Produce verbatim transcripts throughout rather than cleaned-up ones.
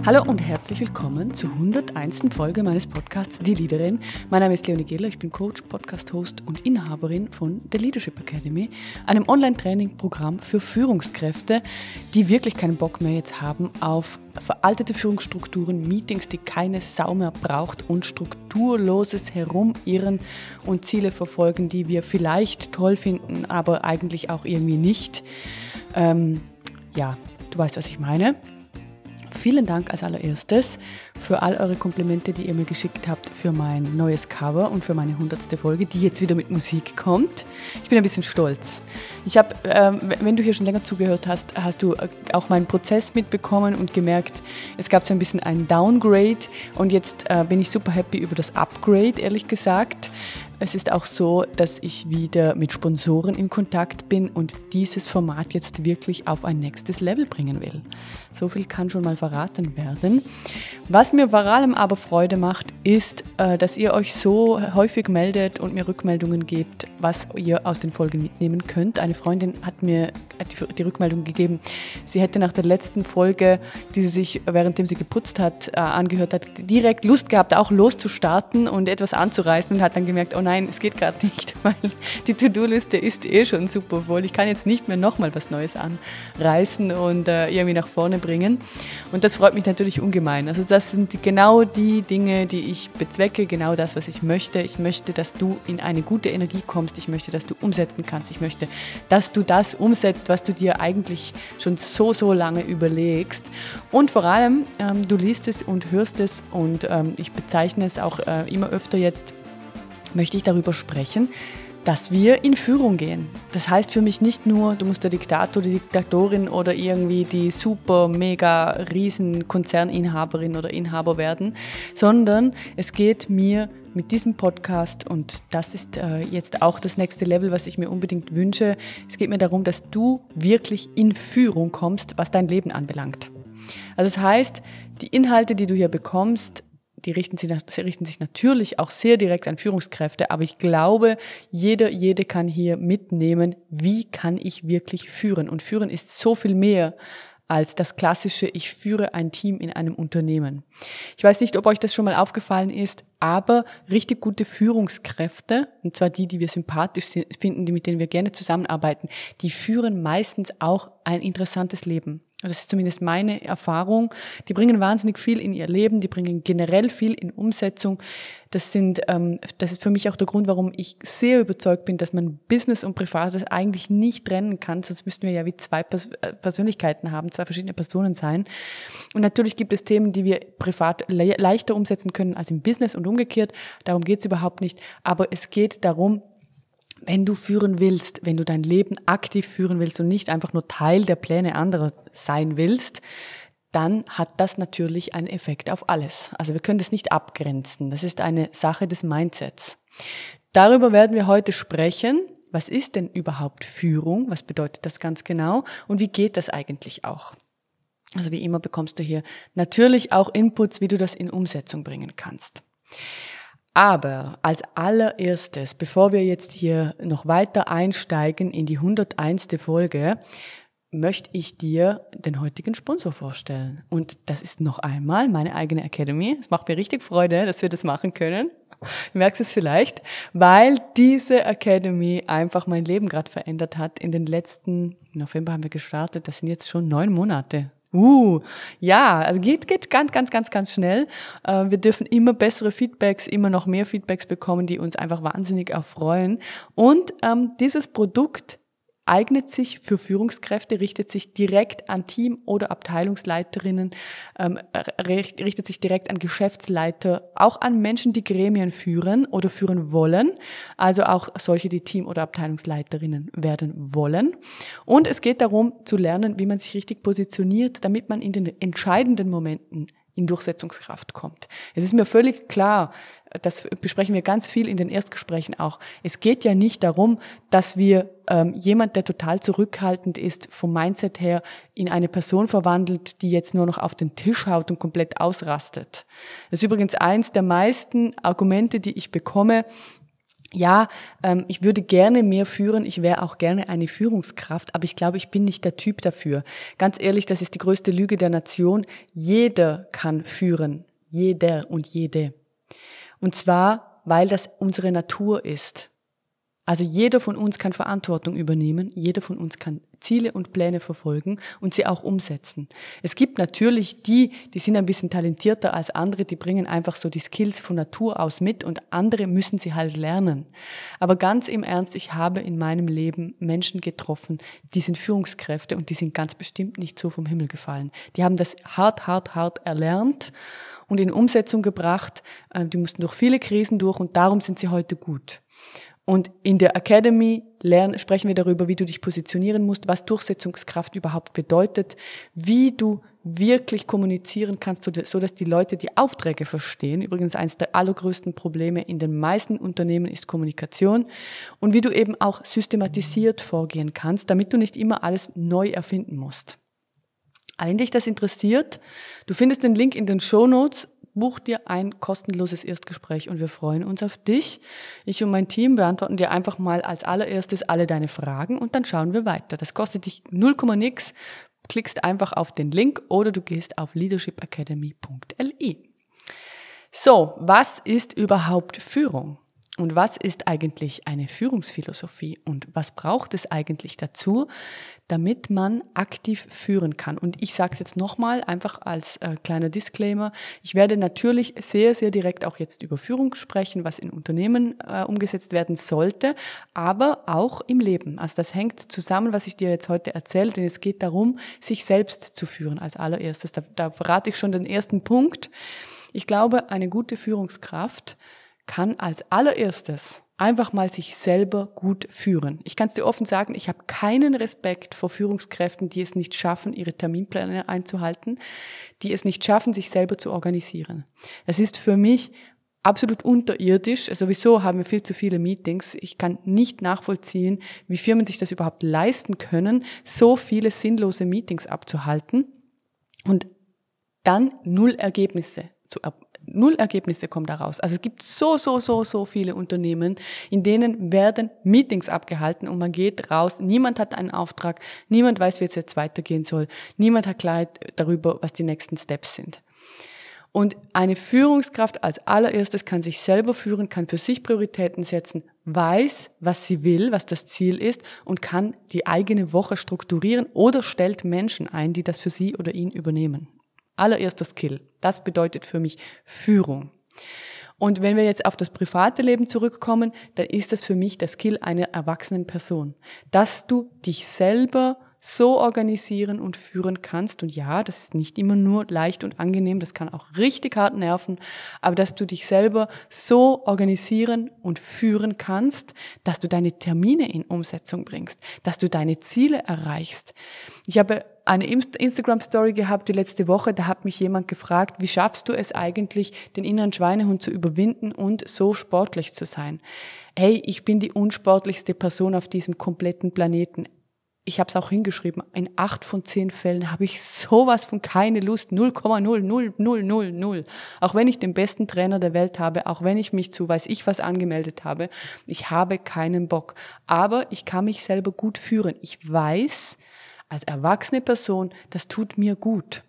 Hallo und herzlich willkommen zur hunderteinsten Folge meines Podcasts Die Leaderin. Mein Name ist Leonie Gehler, ich bin Coach, Podcast-Host und Inhaberin von der Leadership Academy, einem Online-Training-Programm für Führungskräfte, die wirklich keinen Bock mehr jetzt haben auf veraltete Führungsstrukturen, Meetings, die keine Sau mehr braucht und strukturloses Herumirren und Ziele verfolgen, die wir vielleicht toll finden, aber eigentlich auch irgendwie nicht. Ähm, ja, du weißt, was ich meine. Vielen Dank als allererstes für all eure Komplimente, die ihr mir geschickt habt für mein neues Cover und für meine hundertste Folge, die jetzt wieder mit Musik kommt. Ich bin ein bisschen stolz. Ich habe, ähm, wenn du hier schon länger zugehört hast, hast du auch meinen Prozess mitbekommen und gemerkt, es gab so ein bisschen ein Downgrade und jetzt äh, bin ich super happy über das Upgrade, ehrlich gesagt. Es ist auch so, dass ich wieder mit Sponsoren in Kontakt bin und dieses Format jetzt wirklich auf ein nächstes Level bringen will. So viel kann schon mal verraten werden. Was mir vor allem aber Freude macht, ist, dass ihr euch so häufig meldet und mir Rückmeldungen gebt, was ihr aus den Folgen mitnehmen könnt. Eine Freundin hat mir die Rückmeldung gegeben, sie hätte nach der letzten Folge, die sie sich, währenddem sie geputzt hat, angehört hat, direkt Lust gehabt, auch loszustarten und etwas anzureißen und hat dann gemerkt, oh nein, es geht gerade nicht, weil die To-Do-Liste ist eh schon super voll. Ich kann jetzt nicht mehr nochmal was Neues anreißen und äh, irgendwie nach vorne bringen. Und das freut mich natürlich ungemein. Also das sind genau die Dinge, die ich bezwecke, genau das, was ich möchte. Ich möchte, dass du in eine gute Energie kommst. Ich möchte, dass du umsetzen kannst. Ich möchte, dass du das umsetzt, was du dir eigentlich schon so, so lange überlegst. Und vor allem, ähm, du liest es und hörst es und ähm, ich bezeichne es auch äh, immer öfter jetzt, möchte ich darüber sprechen, dass wir in Führung gehen. Das heißt für mich nicht nur, du musst der Diktator, die Diktatorin oder irgendwie die super, mega, riesen Konzerninhaberin oder Inhaber werden, sondern es geht mir mit diesem Podcast, und das ist äh, jetzt auch das nächste Level, was ich mir unbedingt wünsche, es geht mir darum, dass du wirklich in Führung kommst, was dein Leben anbelangt. Also das heißt, die Inhalte, die du hier bekommst, Die richten sich, richten sich natürlich auch sehr direkt an Führungskräfte, aber ich glaube, jeder, jede kann hier mitnehmen, wie kann ich wirklich führen? Und führen ist so viel mehr als das klassische, ich führe ein Team in einem Unternehmen. Ich weiß nicht, ob euch das schon mal aufgefallen ist, aber richtig gute Führungskräfte, und zwar die, die wir sympathisch finden, die mit denen wir gerne zusammenarbeiten, die führen meistens auch ein interessantes Leben. Das ist zumindest meine Erfahrung. Die bringen wahnsinnig viel in ihr Leben, die bringen generell viel in Umsetzung. Das sind, ähm, das ist für mich auch der Grund, warum ich sehr überzeugt bin, dass man Business und Privates eigentlich nicht trennen kann, sonst müssten wir ja wie zwei Pers- Persönlichkeiten haben, zwei verschiedene Personen sein. Und natürlich gibt es Themen, die wir privat le- leichter umsetzen können als im Business und umgekehrt. Darum geht es überhaupt nicht. Aber es geht darum, wenn du führen willst, wenn du dein Leben aktiv führen willst und nicht einfach nur Teil der Pläne anderer sein willst, dann hat das natürlich einen Effekt auf alles. Also wir können das nicht abgrenzen. Das ist eine Sache des Mindsets. Darüber werden wir heute sprechen. Was ist denn überhaupt Führung? Was bedeutet das ganz genau? Und wie geht das eigentlich auch? Also wie immer bekommst du hier natürlich auch Inputs, wie du das in Umsetzung bringen kannst. Aber als allererstes, bevor wir jetzt hier noch weiter einsteigen in die hunderteinste Folge, möchte ich dir den heutigen Sponsor vorstellen. Und das ist noch einmal meine eigene Academy. Es macht mir richtig Freude, dass wir das machen können. Du merkst es vielleicht, weil diese Academy einfach mein Leben gerade verändert hat. In den letzten, im November haben wir gestartet, das sind jetzt schon neun Monate. Uh, ja, also geht, geht ganz, ganz, ganz, ganz schnell. Äh, wir dürfen immer bessere Feedbacks, immer noch mehr Feedbacks bekommen, die uns einfach wahnsinnig erfreuen. Und ähm, dieses Produkt eignet sich für Führungskräfte, richtet sich direkt an Team- oder Abteilungsleiterinnen, ähm, richtet sich direkt an Geschäftsleiter, auch an Menschen, die Gremien führen oder führen wollen, also auch solche, die Team- oder Abteilungsleiterinnen werden wollen. Und es geht darum, zu lernen, wie man sich richtig positioniert, damit man in den entscheidenden Momenten in Durchsetzungskraft kommt. Es ist mir völlig klar, das besprechen wir ganz viel in den Erstgesprächen auch. Es geht ja nicht darum, dass wir ähm, jemand, der total zurückhaltend ist, vom Mindset her in eine Person verwandelt, die jetzt nur noch auf den Tisch haut und komplett ausrastet. Das ist übrigens eins der meisten Argumente, die ich bekomme, ja, ähm, ich würde gerne mehr führen, ich wäre auch gerne eine Führungskraft, aber ich glaube, ich bin nicht der Typ dafür. Ganz ehrlich, das ist die größte Lüge der Nation. Jeder kann führen, jeder und jede. Und zwar, weil das unsere Natur ist. Also jeder von uns kann Verantwortung übernehmen, jeder von uns kann Ziele und Pläne verfolgen und sie auch umsetzen. Es gibt natürlich die, die sind ein bisschen talentierter als andere, die bringen einfach so die Skills von Natur aus mit und andere müssen sie halt lernen. Aber ganz im Ernst, ich habe in meinem Leben Menschen getroffen, die sind Führungskräfte und die sind ganz bestimmt nicht so vom Himmel gefallen. Die haben das hart, hart, hart erlernt und in Umsetzung gebracht. Die mussten durch viele Krisen durch und darum sind sie heute gut. Und in der Academy lernen, sprechen wir darüber, wie du dich positionieren musst, was Durchsetzungskraft überhaupt bedeutet, wie du wirklich kommunizieren kannst, so dass die Leute die Aufträge verstehen. Übrigens eines der allergrößten Probleme in den meisten Unternehmen ist Kommunikation. Und wie du eben auch systematisiert vorgehen kannst, damit du nicht immer alles neu erfinden musst. Wenn dich das interessiert, du findest den Link in den Shownotes. Buch dir ein kostenloses Erstgespräch und wir freuen uns auf dich. Ich und mein Team beantworten dir einfach mal als allererstes alle deine Fragen und dann schauen wir weiter. Das kostet dich null Komma nix. Klickst einfach auf den Link oder du gehst auf leadership academy punkt l i. So, was ist überhaupt Führung? Und was ist eigentlich eine Führungsphilosophie? Und was braucht es eigentlich dazu, damit man aktiv führen kann? Und ich sage es jetzt nochmal, einfach als äh, kleiner Disclaimer. Ich werde natürlich sehr, sehr direkt auch jetzt über Führung sprechen, was in Unternehmen äh, umgesetzt werden sollte, aber auch im Leben. Also das hängt zusammen, was ich dir jetzt heute erzähle, denn es geht darum, sich selbst zu führen als allererstes. Da, da verrate ich schon den ersten Punkt. Ich glaube, eine gute Führungskraft kann als allererstes einfach mal sich selber gut führen. Ich kann es dir offen sagen, ich habe keinen Respekt vor Führungskräften, die es nicht schaffen, ihre Terminpläne einzuhalten, die es nicht schaffen, sich selber zu organisieren. Das ist für mich absolut unterirdisch. Sowieso haben wir viel zu viele Meetings. Ich kann nicht nachvollziehen, wie Firmen sich das überhaupt leisten können, so viele sinnlose Meetings abzuhalten und dann null Ergebnisse zu ab Null Ergebnisse kommen daraus. Also es gibt so, so, so, so viele Unternehmen, in denen werden Meetings abgehalten und man geht raus. Niemand hat einen Auftrag, niemand weiß, wie es jetzt weitergehen soll. Niemand hat Klarheit darüber, was die nächsten Steps sind. Und eine Führungskraft als allererstes kann sich selber führen, kann für sich Prioritäten setzen, weiß, was sie will, was das Ziel ist und kann die eigene Woche strukturieren oder stellt Menschen ein, die das für sie oder ihn übernehmen. Allererster Skill. Das bedeutet für mich Führung. Und wenn wir jetzt auf das private Leben zurückkommen, dann ist das für mich der Skill einer erwachsenen Person. Dass du dich selber so organisieren und führen kannst. Und ja, das ist nicht immer nur leicht und angenehm, das kann auch richtig hart nerven, aber dass du dich selber so organisieren und führen kannst, dass du deine Termine in Umsetzung bringst, dass du deine Ziele erreichst. Ich habe eine Instagram-Story gehabt die letzte Woche, da hat mich jemand gefragt, wie schaffst du es eigentlich, den inneren Schweinehund zu überwinden und so sportlich zu sein? Hey, ich bin die unsportlichste Person auf diesem kompletten Planeten. Ich habe es auch hingeschrieben, in acht von zehn Fällen habe ich sowas von keine Lust, null Komma null null null null null. Auch wenn ich den besten Trainer der Welt habe, auch wenn ich mich zu weiß ich was angemeldet habe, ich habe keinen Bock. Aber ich kann mich selber gut führen. Ich weiß, als erwachsene Person, das tut mir gut.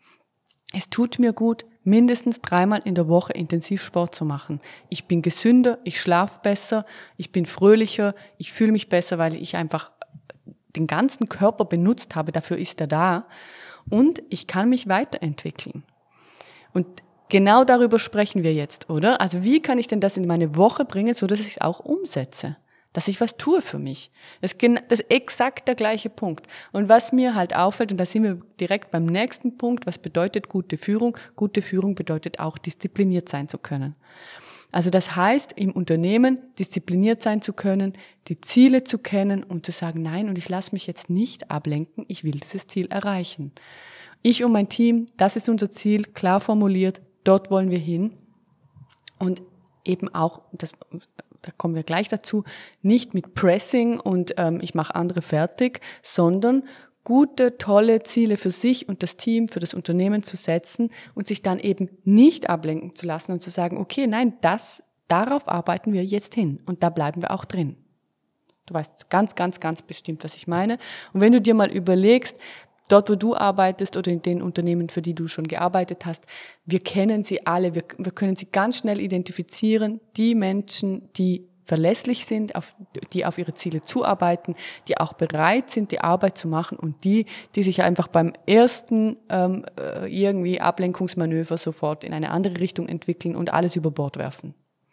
Es tut mir gut, mindestens dreimal in der Woche intensiv Sport zu machen. Ich bin gesünder, ich schlafe besser, ich bin fröhlicher, ich fühle mich besser, weil ich einfach den ganzen Körper benutzt habe, dafür ist er da und ich kann mich weiterentwickeln. Und genau darüber sprechen wir jetzt, oder? Also wie kann ich denn das in meine Woche bringen, so dass ich es auch umsetze? Dass ich was tue für mich. Das ist, das ist exakt der gleiche Punkt. Und was mir halt auffällt, und da sind wir direkt beim nächsten Punkt, was bedeutet gute Führung? Gute Führung bedeutet auch, diszipliniert sein zu können. Also das heißt, im Unternehmen diszipliniert sein zu können, die Ziele zu kennen und zu sagen, nein, und ich lasse mich jetzt nicht ablenken, ich will dieses Ziel erreichen. Ich und mein Team, das ist unser Ziel, klar formuliert, dort wollen wir hin. Und eben auch, das, da kommen wir gleich dazu, nicht mit Pressing und ähm, ich mache andere fertig, sondern gute, tolle Ziele für sich und das Team, für das Unternehmen zu setzen und sich dann eben nicht ablenken zu lassen und zu sagen, okay, nein, das Darauf arbeiten wir jetzt hin und da bleiben wir auch drin. Du weißt ganz, ganz, ganz bestimmt, was ich meine. Und wenn du dir mal überlegst, dort, wo du arbeitest oder in den Unternehmen, für die du schon gearbeitet hast, wir kennen sie alle, wir, wir können sie ganz schnell identifizieren, die Menschen, die verlässlich sind, auf, die auf ihre Ziele zuarbeiten, die auch bereit sind, die Arbeit zu machen und die, die sich einfach beim ersten ähm, irgendwie Ablenkungsmanöver sofort in eine andere Richtung entwickeln und alles über Bord werfen.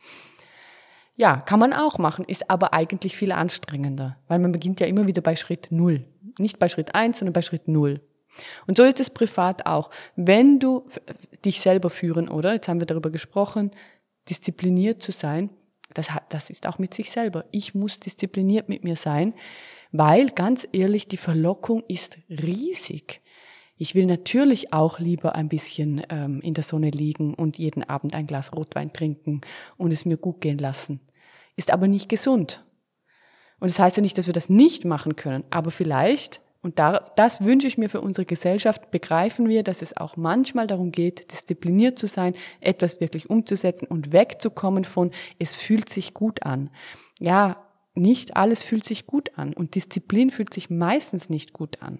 Ja, kann man auch machen, ist aber eigentlich viel anstrengender, weil man beginnt ja immer wieder bei Schritt Null. Nicht bei Schritt eins, sondern bei Schritt Null. Und so ist es privat auch. Wenn du dich selber führen, oder? Jetzt haben wir darüber gesprochen, diszipliniert zu sein, das, hat, das ist auch mit sich selber. Ich muss diszipliniert mit mir sein, weil, ganz ehrlich, die Verlockung ist riesig. Ich will natürlich auch lieber ein bisschen ähm, in der Sonne liegen und jeden Abend ein Glas Rotwein trinken und es mir gut gehen lassen. Ist aber nicht gesund. Und das heißt ja nicht, dass wir das nicht machen können, aber vielleicht, und da, das wünsche ich mir für unsere Gesellschaft, begreifen wir, dass es auch manchmal darum geht, diszipliniert zu sein, etwas wirklich umzusetzen und wegzukommen von, es fühlt sich gut an. Ja, nicht alles fühlt sich gut an und Disziplin fühlt sich meistens nicht gut an.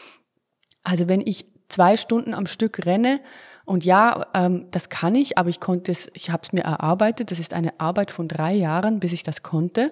Also wenn ich zwei Stunden am Stück renne und ja, ähm, das kann ich, aber ich konnte es, ich habe es mir erarbeitet, das ist eine Arbeit von drei Jahren, bis ich das konnte.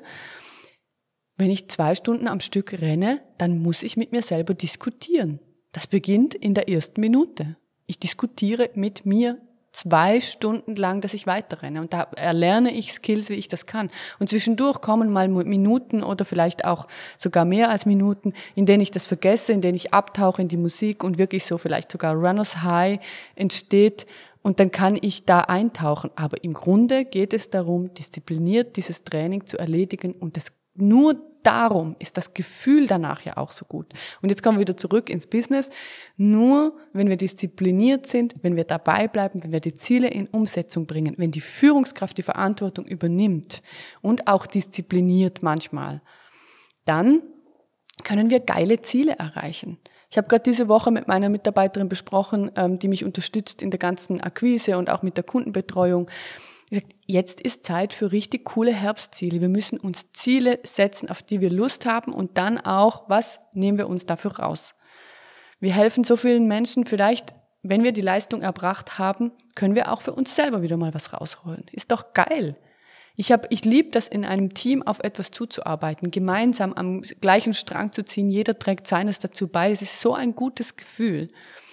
Wenn ich zwei Stunden am Stück renne, dann muss ich mit mir selber diskutieren. Das beginnt in der ersten Minute. Ich diskutiere mit mir zwei Stunden lang, dass ich weiterrenne. Und da erlerne ich Skills, wie ich das kann. Und zwischendurch kommen mal Minuten oder vielleicht auch sogar mehr als Minuten, in denen ich das vergesse, in denen ich abtauche in die Musik und wirklich so vielleicht sogar Runners High entsteht. Und dann kann ich da eintauchen. Aber im Grunde geht es darum, diszipliniert dieses Training zu erledigen. Und das nur darum ist das Gefühl danach ja auch so gut. Und jetzt kommen wir wieder zurück ins Business. Nur wenn wir diszipliniert sind, wenn wir dabei bleiben, wenn wir die Ziele in Umsetzung bringen, wenn die Führungskraft die Verantwortung übernimmt und auch diszipliniert manchmal, dann können wir geile Ziele erreichen. Ich habe gerade diese Woche mit meiner Mitarbeiterin besprochen, die mich unterstützt in der ganzen Akquise und auch mit der Kundenbetreuung. Jetzt ist Zeit für richtig coole Herbstziele. Wir müssen uns Ziele setzen, auf die wir Lust haben und dann auch, was nehmen wir uns dafür raus? Wir helfen so vielen Menschen, vielleicht, wenn wir die Leistung erbracht haben, können wir auch für uns selber wieder mal was rausholen. Ist doch geil. Ich habe, ich liebe das, in einem Team auf etwas zuzuarbeiten, gemeinsam am gleichen Strang zu ziehen, jeder trägt seines dazu bei. Es ist so ein gutes Gefühl.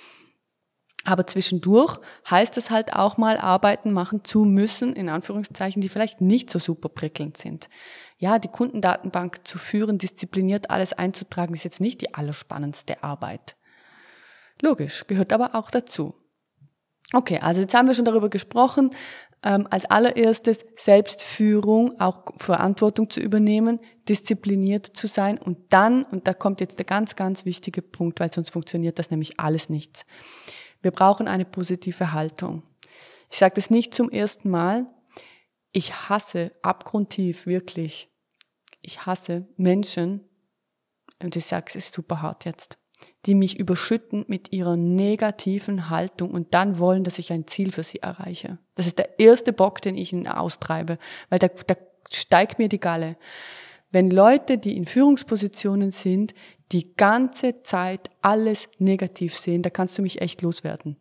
Aber zwischendurch heißt es halt auch mal, Arbeiten machen zu müssen, in Anführungszeichen, die vielleicht nicht so super prickelnd sind. Ja, die Kundendatenbank zu führen, diszipliniert alles einzutragen, ist jetzt nicht die allerspannendste Arbeit. Logisch, gehört aber auch dazu. Okay, also jetzt haben wir schon darüber gesprochen, ähm, als allererstes Selbstführung, auch Verantwortung zu übernehmen, diszipliniert zu sein und dann, und da kommt jetzt der ganz, ganz wichtige Punkt, weil sonst funktioniert das nämlich alles nichts. Wir brauchen eine positive Haltung. Ich sage das nicht zum ersten Mal. Ich hasse abgrundtief, wirklich. Ich hasse Menschen, und ich sage es ist super hart jetzt, die mich überschütten mit ihrer negativen Haltung und dann wollen, dass ich ein Ziel für sie erreiche. Das ist der erste Bock, den ich ihnen austreibe, weil da, da steigt mir die Galle. Wenn Leute, die in Führungspositionen sind, die ganze Zeit alles negativ sehen, da kannst du mich echt loswerden.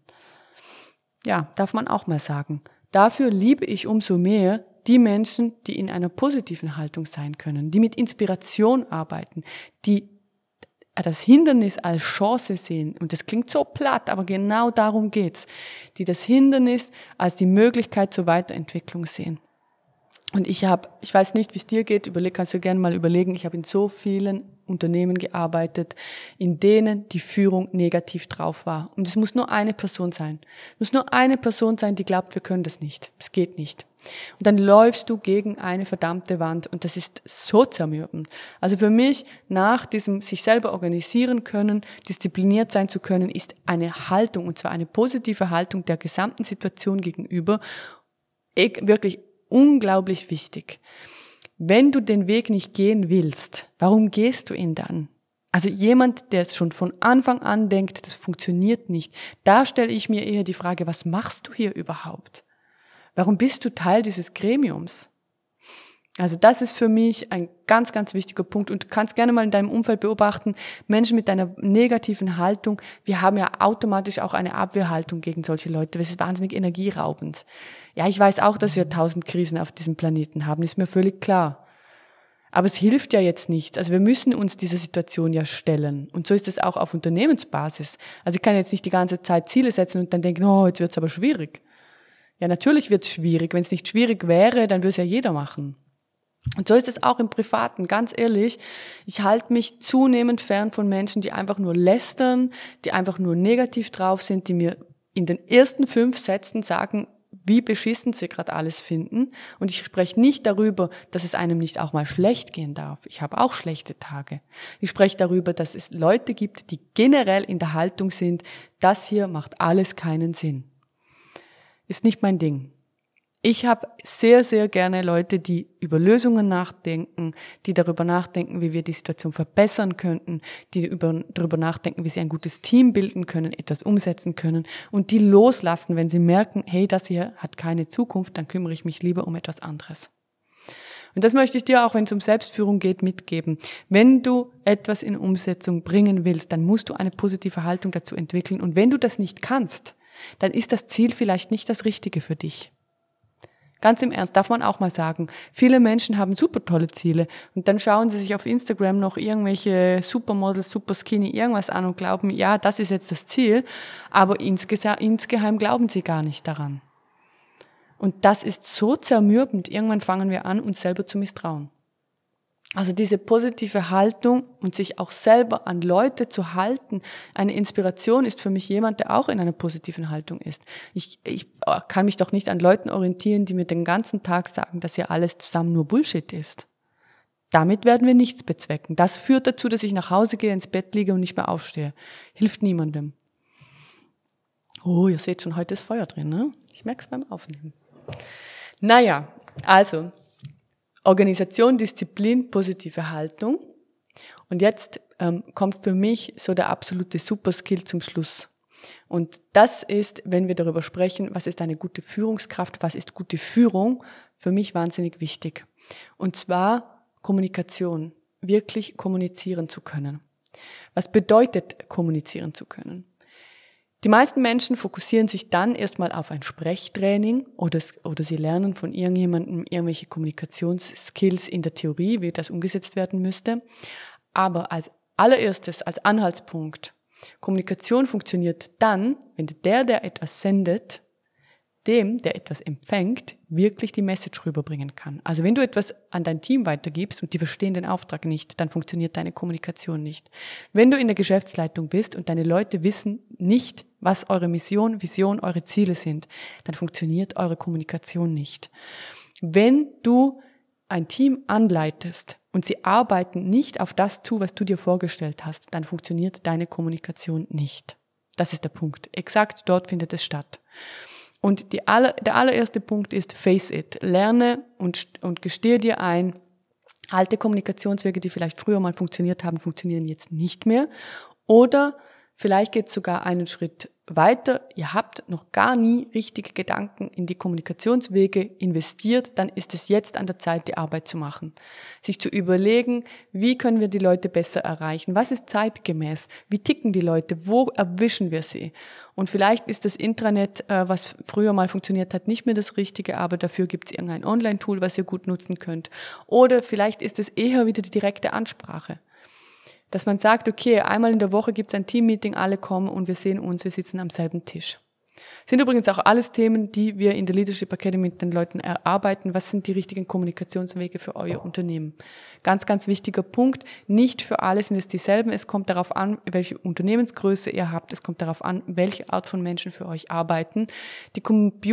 Ja, darf man auch mal sagen. Dafür liebe ich umso mehr die Menschen, die in einer positiven Haltung sein können, die mit Inspiration arbeiten, die das Hindernis als Chance sehen. Und das klingt so platt, aber genau darum geht's. Die das Hindernis als die Möglichkeit zur Weiterentwicklung sehen. Und ich habe, ich weiß nicht, wie es dir geht, überleg, kannst du gerne mal überlegen, ich habe in so vielen Unternehmen gearbeitet, in denen die Führung negativ drauf war. Und es muss nur eine Person sein. Es muss nur eine Person sein, die glaubt, wir können das nicht. Es geht nicht. Und dann läufst du gegen eine verdammte Wand und das ist so zermürbend. Also für mich, nach diesem sich selber organisieren können, diszipliniert sein zu können, ist eine Haltung, und zwar eine positive Haltung der gesamten Situation gegenüber, wirklich unglaublich wichtig. Wenn du den Weg nicht gehen willst, warum gehst du ihn dann? Also jemand, der es schon von Anfang an denkt, das funktioniert nicht, da stelle ich mir eher die Frage, was machst du hier überhaupt? Warum bist du Teil dieses Gremiums? Also das ist für mich ein ganz, ganz wichtiger Punkt und du kannst gerne mal in deinem Umfeld beobachten, Menschen mit einer negativen Haltung, wir haben ja automatisch auch eine Abwehrhaltung gegen solche Leute, das ist wahnsinnig energieraubend. Ja, ich weiß auch, dass wir tausend Krisen auf diesem Planeten haben, ist mir völlig klar. Aber es hilft ja jetzt nicht. Also wir müssen uns dieser Situation ja stellen. Und so ist es auch auf Unternehmensbasis. Also ich kann jetzt nicht die ganze Zeit Ziele setzen und dann denken, oh, jetzt wird's aber schwierig. Ja, natürlich wird's schwierig. Wenn es nicht schwierig wäre, dann würde es ja jeder machen. Und so ist es auch im Privaten, ganz ehrlich. Ich halte mich zunehmend fern von Menschen, die einfach nur lästern, die einfach nur negativ drauf sind, die mir in den ersten fünf Sätzen sagen, wie beschissen sie gerade alles finden. Und ich spreche nicht darüber, dass es einem nicht auch mal schlecht gehen darf. Ich habe auch schlechte Tage. Ich spreche darüber, dass es Leute gibt, die generell in der Haltung sind, das hier macht alles keinen Sinn. Ist nicht mein Ding. Ich habe sehr, sehr gerne Leute, die über Lösungen nachdenken, die darüber nachdenken, wie wir die Situation verbessern könnten, die über, darüber nachdenken, wie sie ein gutes Team bilden können, etwas umsetzen können und die loslassen, wenn sie merken, hey, das hier hat keine Zukunft, dann kümmere ich mich lieber um etwas anderes. Und das möchte ich dir auch, wenn es um Selbstführung geht, mitgeben. Wenn du etwas in Umsetzung bringen willst, dann musst du eine positive Haltung dazu entwickeln. Und wenn du das nicht kannst, dann ist das Ziel vielleicht nicht das Richtige für dich. Ganz im Ernst, darf man auch mal sagen, viele Menschen haben super tolle Ziele und dann schauen sie sich auf Instagram noch irgendwelche Supermodels, super skinny, irgendwas an und glauben, ja, das ist jetzt das Ziel, aber insgesa- insgeheim glauben sie gar nicht daran. Und das ist so zermürbend, irgendwann fangen wir an, uns selber zu misstrauen. Also diese positive Haltung und sich auch selber an Leute zu halten, eine Inspiration ist für mich jemand, der auch in einer positiven Haltung ist. Ich, ich kann mich doch nicht an Leuten orientieren, die mir den ganzen Tag sagen, dass ja alles zusammen nur Bullshit ist. Damit werden wir nichts bezwecken. Das führt dazu, dass ich nach Hause gehe, ins Bett liege und nicht mehr aufstehe. Hilft niemandem. Oh, ihr seht schon, heute ist Feuer drin, ne? Ich merke es beim Aufnehmen. Naja, also Organisation, Disziplin, positive Haltung. Und jetzt ähm, kommt für mich so der absolute Superskill zum Schluss. Und das ist, wenn wir darüber sprechen, was ist eine gute Führungskraft, was ist gute Führung, für mich wahnsinnig wichtig. Und zwar Kommunikation, wirklich kommunizieren zu können. Was bedeutet kommunizieren zu können? Die meisten Menschen fokussieren sich dann erstmal auf ein Sprechtraining oder, oder sie lernen von irgendjemandem irgendwelche Kommunikationsskills in der Theorie, wie das umgesetzt werden müsste. Aber als allererstes, als Anhaltspunkt, Kommunikation funktioniert dann, wenn der, der etwas sendet, dem, der etwas empfängt, wirklich die Message rüberbringen kann. Also wenn du etwas an dein Team weitergibst und die verstehen den Auftrag nicht, dann funktioniert deine Kommunikation nicht. Wenn du in der Geschäftsleitung bist und deine Leute wissen nicht, was eure Mission, Vision, eure Ziele sind, dann funktioniert eure Kommunikation nicht. Wenn du ein Team anleitest und sie arbeiten nicht auf das zu, was du dir vorgestellt hast, dann funktioniert deine Kommunikation nicht. Das ist der Punkt. Exakt dort findet es statt. Und die aller, der allererste Punkt ist face it. Lerne und, und gestehe dir ein, alte Kommunikationswege, die vielleicht früher mal funktioniert haben, funktionieren jetzt nicht mehr. Oder vielleicht geht es sogar einen Schritt weiter. Ihr habt noch gar nie richtig Gedanken in die Kommunikationswege investiert, dann ist es jetzt an der Zeit, die Arbeit zu machen. Sich zu überlegen, wie können wir die Leute besser erreichen? Was ist zeitgemäß? Wie ticken die Leute? Wo erwischen wir sie? Und vielleicht ist das Intranet, was früher mal funktioniert hat, nicht mehr das Richtige, aber dafür gibt es irgendein Online-Tool, was ihr gut nutzen könnt. Oder vielleicht ist es eher wieder die direkte Ansprache. Dass man sagt, okay, einmal in der Woche gibt es ein Team-Meeting, alle kommen und wir sehen uns, wir sitzen am selben Tisch. Sind übrigens auch alles Themen, die wir in der Leadership Academy mit den Leuten erarbeiten. Was sind die richtigen Kommunikationswege für euer Unternehmen? Ganz, ganz wichtiger Punkt. Nicht für alle sind es dieselben. Es kommt darauf an, welche Unternehmensgröße ihr habt. Es kommt darauf an, welche Art von Menschen für euch arbeiten. Die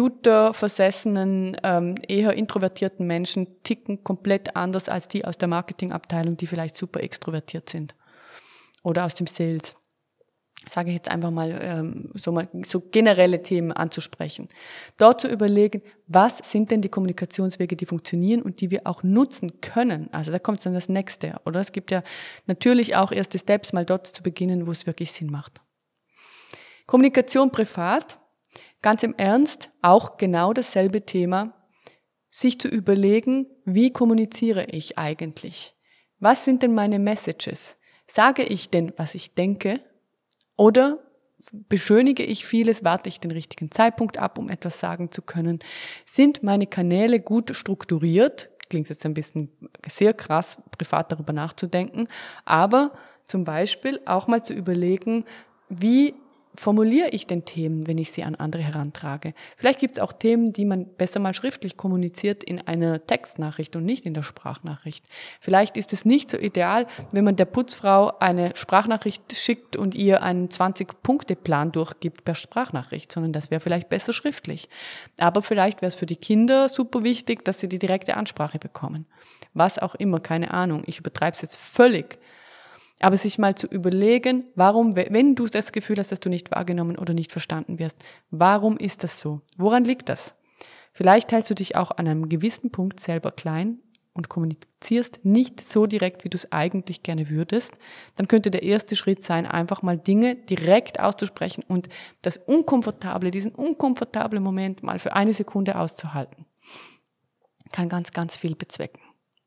computerversessenen, ähm, eher introvertierten Menschen ticken komplett anders als die aus der Marketingabteilung, die vielleicht super extrovertiert sind. Oder aus dem Sales. Sage ich jetzt einfach mal, ähm, so mal so generelle Themen anzusprechen. Dort zu überlegen, was sind denn die Kommunikationswege, die funktionieren und die wir auch nutzen können. Also da kommt dann das Nächste. Oder es gibt ja natürlich auch erste Steps, mal dort zu beginnen, wo es wirklich Sinn macht. Kommunikation privat. Ganz im Ernst, auch genau dasselbe Thema, sich zu überlegen, wie kommuniziere ich eigentlich? Was sind denn meine Messages? Sage ich denn, was ich denke? Oder beschönige ich vieles, warte ich den richtigen Zeitpunkt ab, um etwas sagen zu können? Sind meine Kanäle gut strukturiert? Klingt jetzt ein bisschen sehr krass, privat darüber nachzudenken, aber zum Beispiel auch mal zu überlegen, wie formuliere ich denn Themen, wenn ich sie an andere herantrage? Vielleicht gibt es auch Themen, die man besser mal schriftlich kommuniziert in einer Textnachricht und nicht in der Sprachnachricht. Vielleicht ist es nicht so ideal, wenn man der Putzfrau eine Sprachnachricht schickt und ihr einen zwanzig-Punkte-Plan durchgibt per Sprachnachricht, sondern das wäre vielleicht besser schriftlich. Aber vielleicht wäre es für die Kinder super wichtig, dass sie die direkte Ansprache bekommen. Was auch immer, keine Ahnung. Ich übertreibe es jetzt völlig. Aber sich mal zu überlegen, warum, wenn du das Gefühl hast, dass du nicht wahrgenommen oder nicht verstanden wirst, warum ist das so? Woran liegt das? Vielleicht hältst du dich auch an einem gewissen Punkt selber klein und kommunizierst nicht so direkt, wie du es eigentlich gerne würdest. Dann könnte der erste Schritt sein, einfach mal Dinge direkt auszusprechen und das Unkomfortable, diesen unkomfortablen Moment mal für eine Sekunde auszuhalten. Kann ganz, ganz viel bezwecken.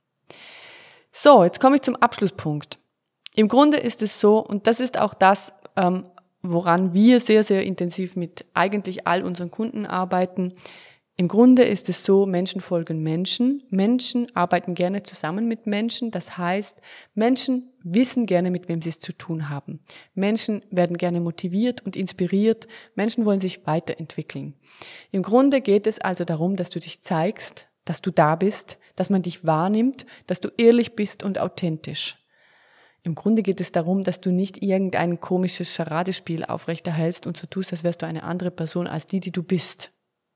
So, jetzt komme ich zum Abschlusspunkt. Im Grunde ist es so, und das ist auch das, ähm, woran wir sehr, sehr intensiv mit eigentlich all unseren Kunden arbeiten. Im Grunde ist es so, Menschen folgen Menschen. Menschen arbeiten gerne zusammen mit Menschen. Das heißt, Menschen wissen gerne, mit wem sie es zu tun haben. Menschen werden gerne motiviert und inspiriert. Menschen wollen sich weiterentwickeln. Im Grunde geht es also darum, dass du dich zeigst, dass du da bist, dass man dich wahrnimmt, dass du ehrlich bist und authentisch. Im Grunde geht es darum, dass du nicht irgendein komisches Charadespiel aufrechterhältst und so tust, als wärst du eine andere Person als die, die du bist.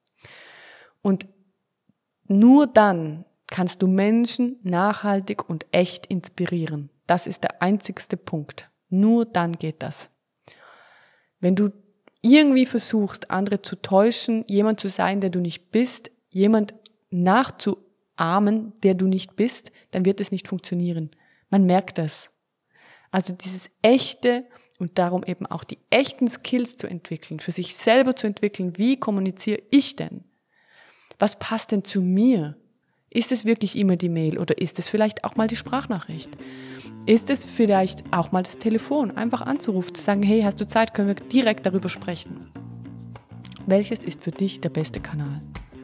Und nur dann kannst du Menschen nachhaltig und echt inspirieren. Das ist der einzigste Punkt. Nur dann geht das. Wenn du irgendwie versuchst, andere zu täuschen, jemand zu sein, der du nicht bist, jemand nachzuahmen, der du nicht bist, dann wird es nicht funktionieren. Man merkt das. Also dieses echte und darum eben auch die echten Skills zu entwickeln, für sich selber zu entwickeln, wie kommuniziere ich denn? Was passt denn zu mir? Ist es wirklich immer die Mail oder ist es vielleicht auch mal die Sprachnachricht? Ist es vielleicht auch mal das Telefon, einfach anzurufen, zu sagen, hey, hast du Zeit, können wir direkt darüber sprechen? Welches ist für dich der beste Kanal?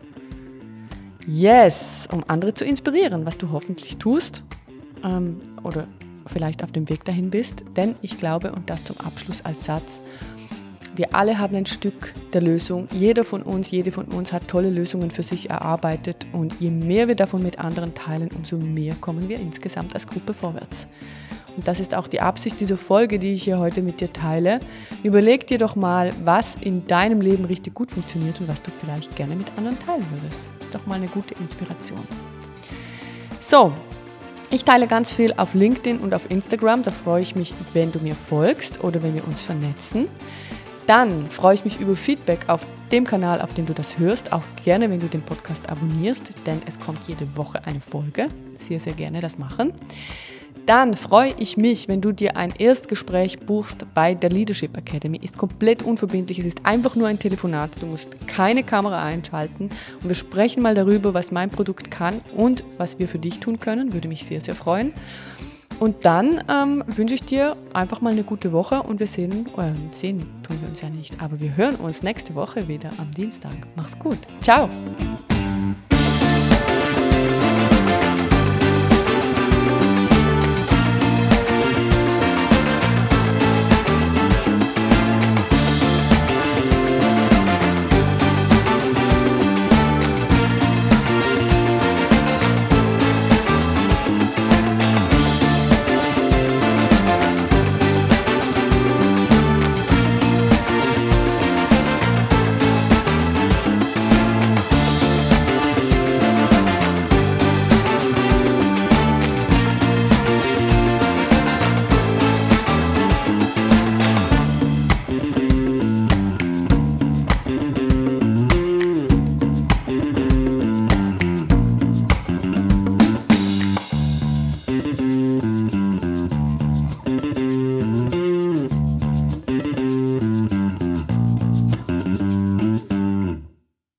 Yes, um andere zu inspirieren, was du hoffentlich tust ähm, oder vielleicht auf dem Weg dahin bist, denn ich glaube, und das zum Abschluss als Satz, wir alle haben ein Stück der Lösung, jeder von uns, jede von uns hat tolle Lösungen für sich erarbeitet und je mehr wir davon mit anderen teilen, umso mehr kommen wir insgesamt als Gruppe vorwärts. Und das ist auch die Absicht dieser Folge, die ich hier heute mit dir teile. Überleg dir doch mal, was in deinem Leben richtig gut funktioniert und was du vielleicht gerne mit anderen teilen würdest. Das ist doch mal eine gute Inspiration. So, ich teile ganz viel auf LinkedIn und auf Instagram. Da freue ich mich, wenn du mir folgst oder wenn wir uns vernetzen. Dann freue ich mich über Feedback auf dem Kanal, auf dem du das hörst. Auch gerne, wenn du den Podcast abonnierst, denn es kommt jede Woche eine Folge. Sehr, sehr gerne das machen. Dann freue ich mich, wenn du dir ein Erstgespräch buchst bei der Leadership Academy. Ist komplett unverbindlich, es ist einfach nur ein Telefonat. Du musst keine Kamera einschalten und wir sprechen mal darüber, was mein Produkt kann und was wir für dich tun können. Würde mich sehr, sehr freuen. Und dann ähm, wünsche ich dir einfach mal eine gute Woche und wir sehen, äh, sehen tun wir uns ja nicht, aber wir hören uns nächste Woche wieder am Dienstag. Mach's gut. Ciao.